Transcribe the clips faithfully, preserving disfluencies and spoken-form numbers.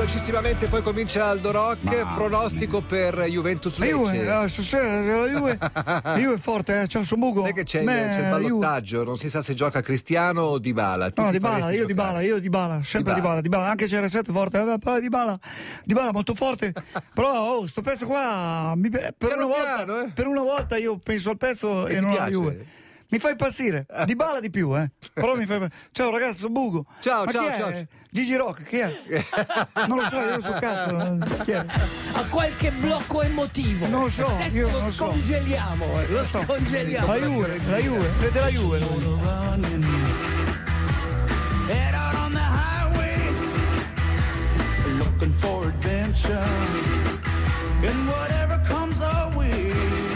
velocissimamente, poi comincia Aldo Rock. Ma... pronostico per Juventus Lecce. Juve, uh, stasera la Juve, la Juve è forte, eh? Ciao, sono buco. Sai che c'è, Me, il, c'è il ballottaggio, Juve. Non si sa se gioca Cristiano o Dybala. Tu no, Dybala, io Dybala, io Dybala, sempre Dybala, Dybala, anche c'era sette forte, eh, però Dybala, Dybala molto forte. Però oh, sto pezzo qua mi, per piano una volta, piano, eh? per una volta io penso al pezzo e, e non alla Juve. Mi fa impazzire, Dybala di più, eh. Però mi fa. Ciao ragazzi, sono buco. Ciao, Ma ciao, chi è? ciao. Gigi Rock, chi è? Non lo so, io non so cazzo. Chi è? Ha qualche blocco emotivo. Non lo so, adesso io lo non so. scongeliamo, lo so. scongeliamo. La Juve, la Juve, vede la Juve. Head out on the highway, looking for adventure, and whatever comes our way.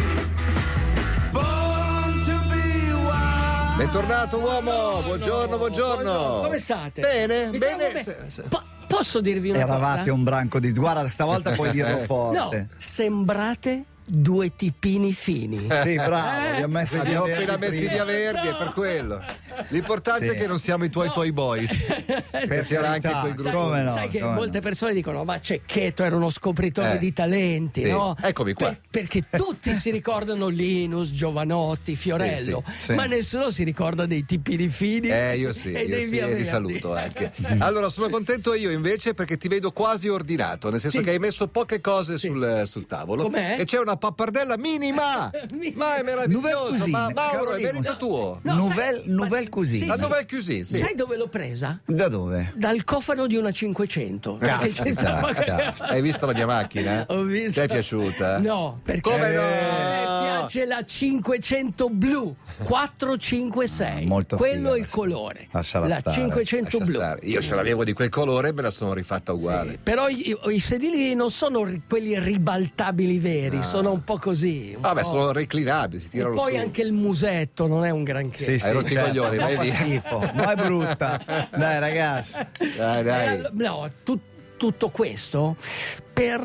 Bentornato uomo, buongiorno, buongiorno. Come state? Bene, Mi bene. trovo bene. Po- posso dirvi una Eravate cosa? un branco di. Guarda, stavolta puoi dirlo forte. No, sembrate due tipini fini. Sì, bravo, Eh? vi ho messo i Abbiamo Via appena Verdi messo i prima. via verdi, è per quello. L'importante Sì. è che non siamo i tuoi toy boys. Perché era anche carità, quel Sai, gruppo. come no, sai che come molte no. persone dicono ma Cecchetto era uno scopritore Eh, di talenti, sì. no? Eccomi qua. Per- perché tutti si ricordano Linus, Giovanotti, Fiorello, Sì, sì, sì. ma nessuno si ricorda dei tipini fini Eh, io sì, e io dei sì, via e li verdi. saluto anche. Allora, sono contento io invece perché ti vedo quasi ordinato, nel senso Sì. che hai messo poche cose Sì. sul, sul tavolo. Com'è? E c'è una pappardella minima! Ma è meraviglioso! Nouvelle cuisine, Ma Mauro, è Carolina. merito tuo! No, Nouvelle, sai- nouvelle ma- cuisine. sì, La sì. Nouvelle Cuisine, sì. Sai dove l'ho presa? Da dove? Dal cofano di una cinquecento. Perché ci stava- cazzo. Hai visto la mia macchina? Ho visto. Ti è piaciuta? No, perché Come no? a me piace la cinquecento blu quattro cinque sei. Ah, molto Quello figa, è il lascia- colore. lasciala la stare, cinquecento Lascia blu. stare. Io ce l'avevo di quel colore e me la sono rifatta uguale. Sì, però i, i sedili non sono ri- quelli ribaltabili veri, sono un po' così. un Vabbè, po'. sono reclinabili, si E tirano poi su. anche il musetto non è un granché. Sì, sì, Hai rotto i certo. coglioni, vai Fa via. schifo. No, è brutta. Dai, ragazzi. Dai, E dai. allo- no, tu- tutto questo per,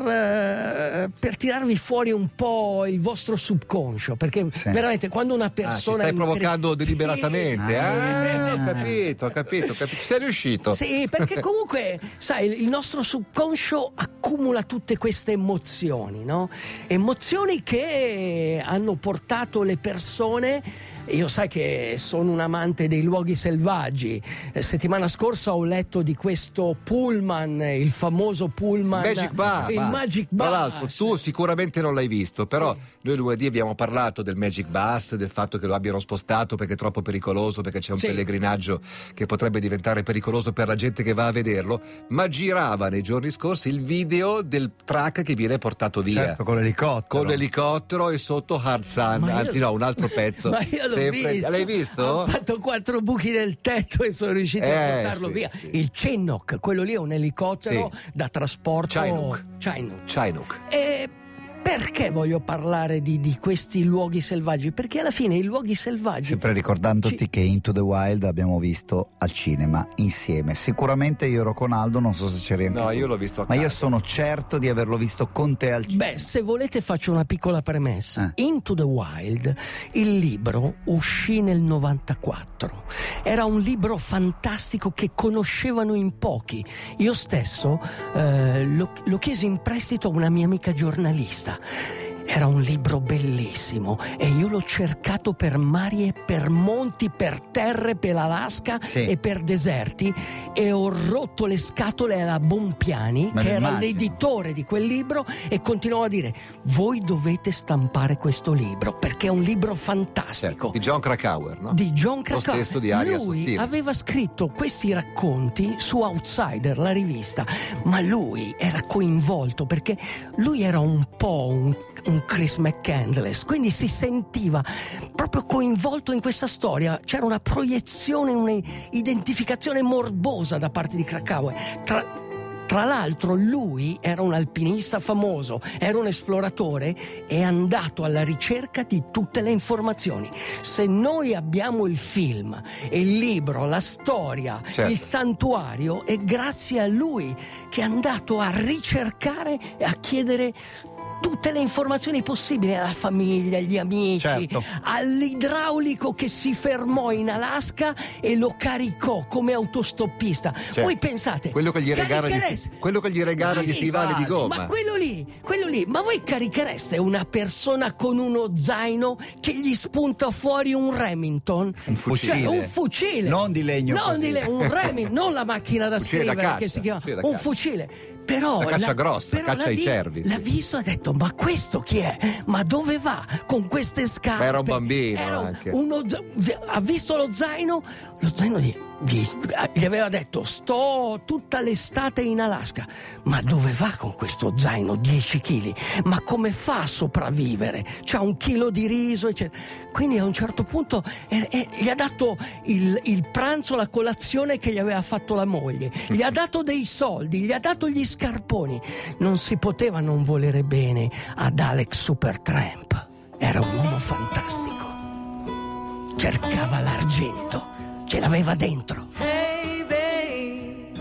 eh, per tirarvi fuori un po' il vostro subconscio, perché Sì. veramente quando una Ah, ci persona stai è incre- provocando Sì. deliberatamente. Ah, ho capito, ho capito, ho capito. Sei riuscito. Sì, perché comunque, sai, il nostro subconscio accumula tutte queste emozioni, no? Emozioni che hanno portato le persone. Io sai che sono un amante dei luoghi selvaggi. Eh, settimana scorsa ho letto di questo pullman, il famoso pullman Magic Bus. il Magic Tra Bus. l'altro, tu sicuramente non l'hai visto, però noi lunedì abbiamo parlato del Magic Bus, del fatto che lo abbiano spostato perché è troppo pericoloso, perché c'è un Sì. pellegrinaggio che potrebbe diventare pericoloso per la gente che va a vederlo, ma girava nei giorni scorsi il video del truck che viene portato via. Certo, con l'elicottero. Con l'elicottero e sotto Hard Sun, Ma io- anzi no, un altro pezzo. Ma io l'ho Sempre- visto. L'hai visto? Ho fatto quattro buchi nel tetto e sono riusciti Eh, a portarlo sì, via. sì. Il Chinook, quello lì è un elicottero Sì. da trasporto. Chinook. Chinook. Chinook. E perché voglio parlare di, di questi luoghi selvaggi? Perché alla fine i luoghi selvaggi. Sempre ricordandoti Ci- che Into the Wild abbiamo visto al cinema insieme. Sicuramente io ero con Aldo, non so se c'eri anche No, tu. io l'ho visto a Ma io casa. sono certo di averlo visto con te al cinema. Beh, se volete faccio una piccola premessa. Eh. Into the Wild, il libro uscì nel novantaquattro. Era un libro fantastico che conoscevano in pochi. Io stesso eh, lo, lo chiesi in prestito a una mia amica giornalista. Era un libro bellissimo e io l'ho cercato per mari e per monti, per terre, per l'Alaska Sì. e per deserti e ho rotto le scatole alla Bompiani, Me che lo era immagino. l'editore di quel libro, e continuò a dire: voi dovete stampare questo libro perché è un libro fantastico. Di John Krakauer, no? Di John Lo Krakauer. stesso di Aria Lui Sottile. aveva scritto questi racconti su Outsider, la rivista, ma lui era coinvolto perché lui era un po' un, un Chris McCandless, quindi si sentiva proprio coinvolto in questa storia. C'era una proiezione, un'identificazione morbosa da parte di Krakauer. Tra, Tra l'altro lui era un alpinista famoso, era un esploratore, è andato alla ricerca di tutte le informazioni. Se noi abbiamo il film, il libro, la storia, Certo. il santuario, è grazie a lui che è andato a ricercare e a chiedere tutte le informazioni possibili alla famiglia, agli amici, Certo. all'idraulico che si fermò in Alaska e lo caricò come autostoppista. Cioè, Voi pensate, quello che gli regala gli, carichereste- sti- quello che gli regala Ma gli sì, stivali di gomma. Ma quello lì, quello lì, ma voi carichereste una persona con uno zaino che gli spunta fuori un Remington? Un fucile. Cioè, un fucile. Non di legno Non così. di legno, un Remington, non la macchina da Fucile da scrivere caccia, che si chiama. fucile da Un caccia. fucile. Però La caccia l'ha- grossa, però caccia l'ha ai vi- cervi, L'ha sì. visto e ha detto: ma questo chi è? Ma dove va con queste scarpe? Ma era un bambino Era un- anche. uno za- ha visto lo zaino, lo zaino gli, gli- gli aveva detto: sto tutta l'estate in Alaska. Ma dove va con questo zaino dieci chili? Ma come fa a sopravvivere? C'ha un chilo di riso, eccetera. Quindi a un certo punto eh, eh, gli ha dato il, il pranzo, la colazione che gli aveva fatto la moglie, gli ha dato dei soldi, gli ha dato gli scarponi. Non si poteva non volere bene ad Alex Supertramp. Era un uomo fantastico. Cercava l'argento, ce l'aveva dentro. Hey, babe,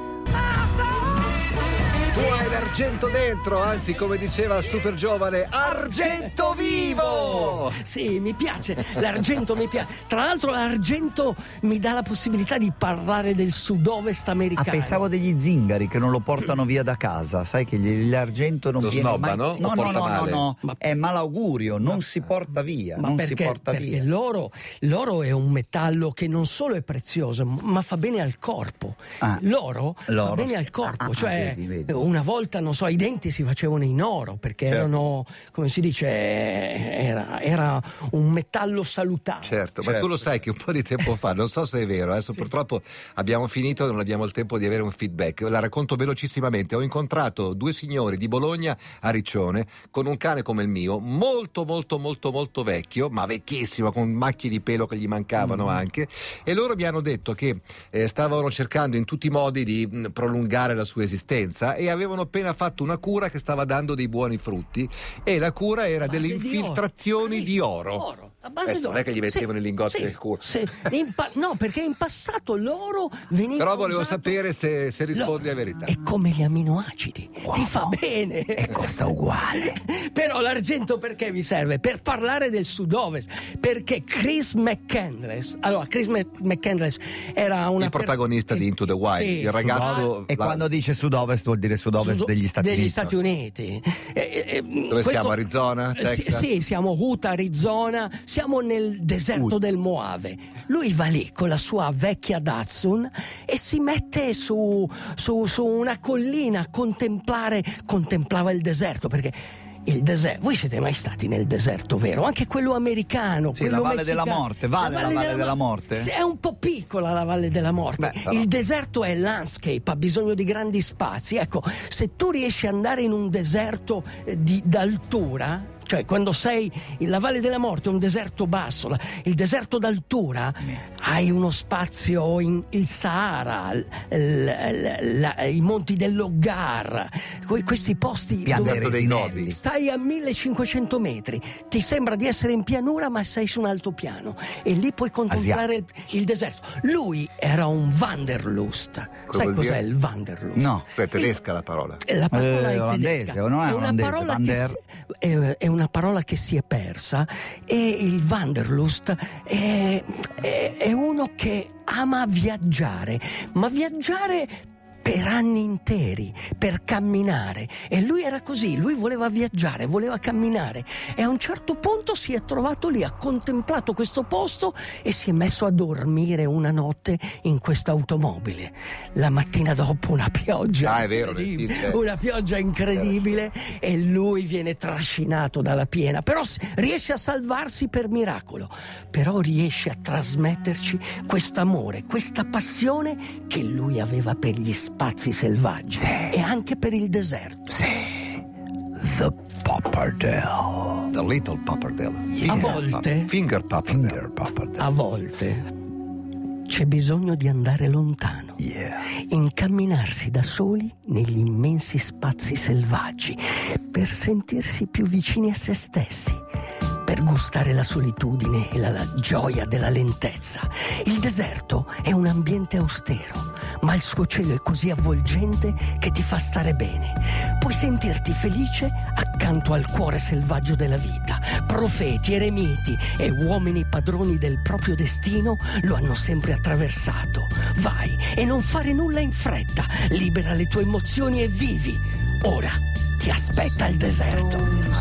Tu hai l'argento dentro, anzi, come diceva Super Giovane, argento vivo! Sì, mi piace, l'argento mi piace. Tra l'altro l'argento mi dà la possibilità di parlare del sud-ovest Ah, americano. pensavo degli zingari che non lo portano via da casa, sai che gli- l'argento non Lo viene mai... snobbano? No, O no, porta no, no, male? no, Ma- è malaugurio, non si porta via, Ma non perché, si porta perché via. l'oro, l'oro è un metallo che non solo è prezioso, ma fa bene al corpo. Ah, l'oro, l'oro. fa bene al corpo. Ah, ah, cioè, vedi, vedi. una volta, non so, i denti si facevano in oro perché Certo. erano, come si dice, era, era un metallo salutare. Certo, ma Certo. tu lo sai che un po' di tempo fa, non so se è vero, adesso purtroppo abbiamo finito e non abbiamo il tempo di avere un feedback, la racconto velocissimamente. Ho incontrato due signori di Bologna a Riccione con un cane come il mio, molto molto molto molto vecchio, ma vecchissimo, con macchie di pelo che gli mancavano anche, e loro mi hanno detto che eh, stavano cercando in tutti i modi di mh, prolungare la sua esistenza e avevano appena fatto una cura che stava dando dei buoni frutti, e la cura era A base delle di infiltrazioni oro. di oro. Oro, a base Adesso d'oro. non è che gli mettevano Sì, i lingotti sì, nel culo. sì. In pa- no, perché in passato l'oro veniva Però volevo usato- sapere se, se rispondi Lo- a verità. È come gli aminoacidi, ti fa bene. E costa uguale. Però l'argento perché mi serve? Per parlare del sud-ovest, perché Chris McCandless, allora Chris Mc- McCandless era una Il protagonista per- di Into the Wild, Sì, il ragazzo. E la- quando dice sud-ovest vuol dire sud-ovest Sud- degli Stati degli Uniti. Stati Uniti. Eh, eh, Dove questo- siamo? Arizona? Eh, sì, Texas? Sì, siamo Utah, Arizona, siamo nel deserto del Moave. Lui va lì con la sua vecchia Datsun e si mette su, su, su una collina a contemplare, contemplava il deserto, perché il deserto, voi siete mai stati nel deserto vero? Anche quello americano, Sì, quello la Valle della messicano. Morte, vale la Valle della Morte? Sì, è un po' piccola la Valle della Morte. Beh, però. Il deserto è landscape, ha bisogno di grandi spazi. Ecco, se tu riesci ad andare in un deserto eh, di, d'altura, cioè quando sei in la Valle della Morte, un deserto basso, la- il deserto d'altura, hai uno spazio in il Sahara, l- l- la- i monti dell'Ogar, que- questi posti Piante dove dei resinelli. nodi. stai a millecinquecento metri, ti sembra di essere in pianura ma sei su un altopiano e lì puoi contemplare il, il deserto. Lui era un Wanderlust. Sai vuol cos'è dire? il Wanderlust? No. È tedesca la parola. La parola Eh, è olandese, tedesca. o non è una olandese, parola che Wander- si, è, è una parola che si è persa, e il Wanderlust è, è, è uno che ama viaggiare, ma viaggiare per anni interi, per camminare. E lui era così, lui voleva viaggiare, voleva camminare, e a un certo punto si è trovato lì, ha contemplato questo posto e si è messo a dormire una notte in questa automobile. La mattina dopo una pioggia Ah, è vero, nel incredibile, film, eh. una pioggia incredibile, e lui viene trascinato dalla piena, però s- riesce a salvarsi per miracolo, però riesce a trasmetterci quest'amore, questa passione che lui aveva per gli spazi selvaggi e anche per il deserto. The Pappardelle. The Little Pappardelle. A volte- Finger Pappardelle. Finger Pappardelle. A volte c'è bisogno di andare lontano, Yeah. incamminarsi da soli negli immensi spazi selvaggi per sentirsi più vicini a se stessi, per gustare la solitudine e la, la gioia della lentezza. Il deserto è un ambiente austero, ma il suo cielo è così avvolgente che ti fa stare bene. Puoi sentirti felice accanto al cuore selvaggio della vita. Profeti, eremiti e uomini padroni del proprio destino lo hanno sempre attraversato. Vai e non fare nulla in fretta, libera le tue emozioni e vivi. Ora ti aspetta il deserto.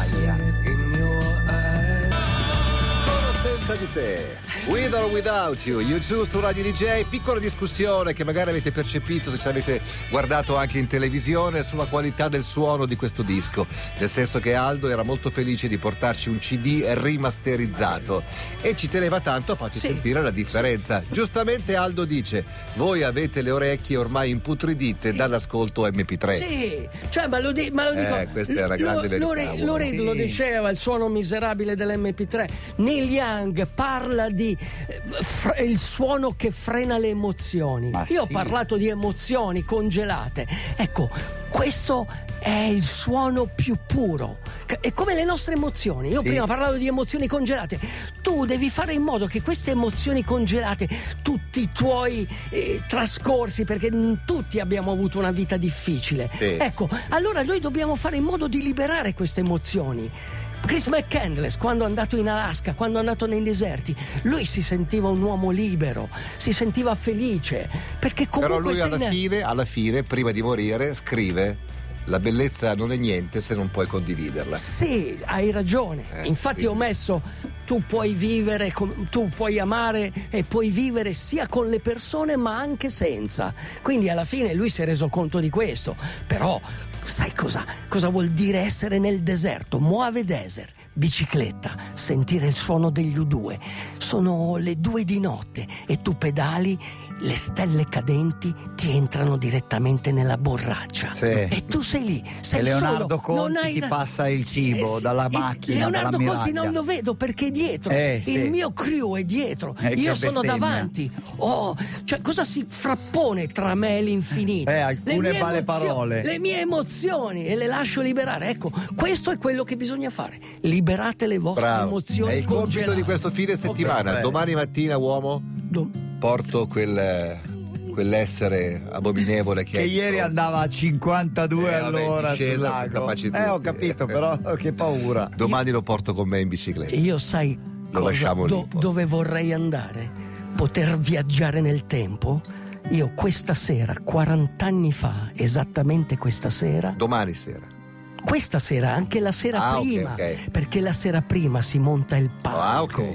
Senza di te, with or without you, You Choose su Radio D J. Piccola discussione che magari avete percepito se ci avete guardato anche in televisione sulla qualità del suono di questo disco, nel senso che Aldo era molto felice di portarci un C D rimasterizzato e ci teneva tanto a farci Sì. sentire la differenza. Giustamente Aldo dice: voi avete le orecchie ormai imputridite Sì. dall'ascolto M P tre. Sì, cioè, ma lo, di- ma lo dico. Eh, questa è una grande verità, Lore- uomo. Loredo lo Sì. diceva, il suono miserabile dell'M P tre. Neil Young parla di eh, fr- il suono che frena le emozioni. Ma Io ho sì. parlato di emozioni congelate. Ecco, questo è il suono più puro. Ca- È come le nostre emozioni. Io Sì. prima parlavo di emozioni congelate. Tu devi fare in modo che queste emozioni congelate, tutti i tuoi eh, trascorsi, perché mh, tutti abbiamo avuto una vita difficile. Sì, ecco, allora noi dobbiamo fare in modo di liberare queste emozioni. Chris McCandless, quando è andato in Alaska, quando è andato nei deserti, lui si sentiva un uomo libero, si sentiva felice, perché comunque Però lui sei alla ne- fine, alla fine, prima di morire, scrive: la bellezza non è niente se non puoi condividerla. Sì, hai ragione. Eh, Infatti ho quindi- messo: tu puoi vivere, com- tu puoi amare e puoi vivere sia con le persone ma anche senza. Quindi alla fine lui si è reso conto di questo. Però sai cosa, cosa vuol dire essere nel deserto? Moave Desert, bicicletta, sentire il suono degli U due. Sono le due di notte e tu pedali, le stelle cadenti ti entrano direttamente nella borraccia. Sì. E tu sei lì, sei E Leonardo solo, non Conti hai ti da- passa il cibo sì. dalla E macchina, Leonardo dalla Conti miraglia. non lo vedo perché è dietro. Eh, sì. Il mio crew è dietro. Eh, che Io sono bestemmia. davanti. Oh, cioè cosa si frappone tra me e l'infinito? Eh, alcune Le mie male emozio- parole. Le mie emozioni e le lascio liberare. Ecco, questo è quello che bisogna fare. Liberate le vostre Bravo. emozioni È il compito congelate. di questo fine settimana. Ok. Domani mattina, uomo, Do- porto quel, quell'essere abominevole che, Che è ieri intorno. andava a cinquantadue Eh, vabbè, all'ora in sul discesa, lago. capaci Eh, ho tutti. capito, però che paura. Domani lo porto con me in bicicletta. Io sai Lo cosa- lasciamo lì, do- poi. dove vorrei andare? Poter viaggiare nel tempo? Io questa sera, quaranta anni fa, esattamente questa sera, Domani sera. questa sera, anche la sera Ah, ok, prima, ok. perché la sera prima si monta il palco. Ah, ok.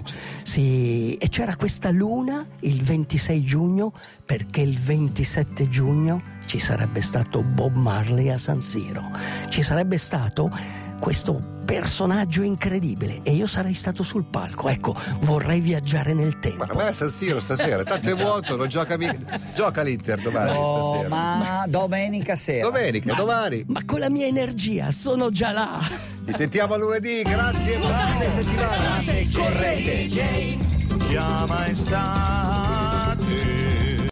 Sì, e c'era questa luna il ventisei giugno, perché il ventisette giugno ci sarebbe stato Bob Marley a San Siro. Ci sarebbe stato questo personaggio incredibile e io sarei stato sul palco. Ecco, vorrei viaggiare nel tempo. Ma vai a San Siro stasera, tanto è vuoto, non gioca mica. Gioca l'Inter domani. No, stasera. ma domenica sera. Domenica, domani. Ma con la mia energia sono già là. Ci sentiamo a lunedì, grazie, buon fine settimana. Correte. Chiama estate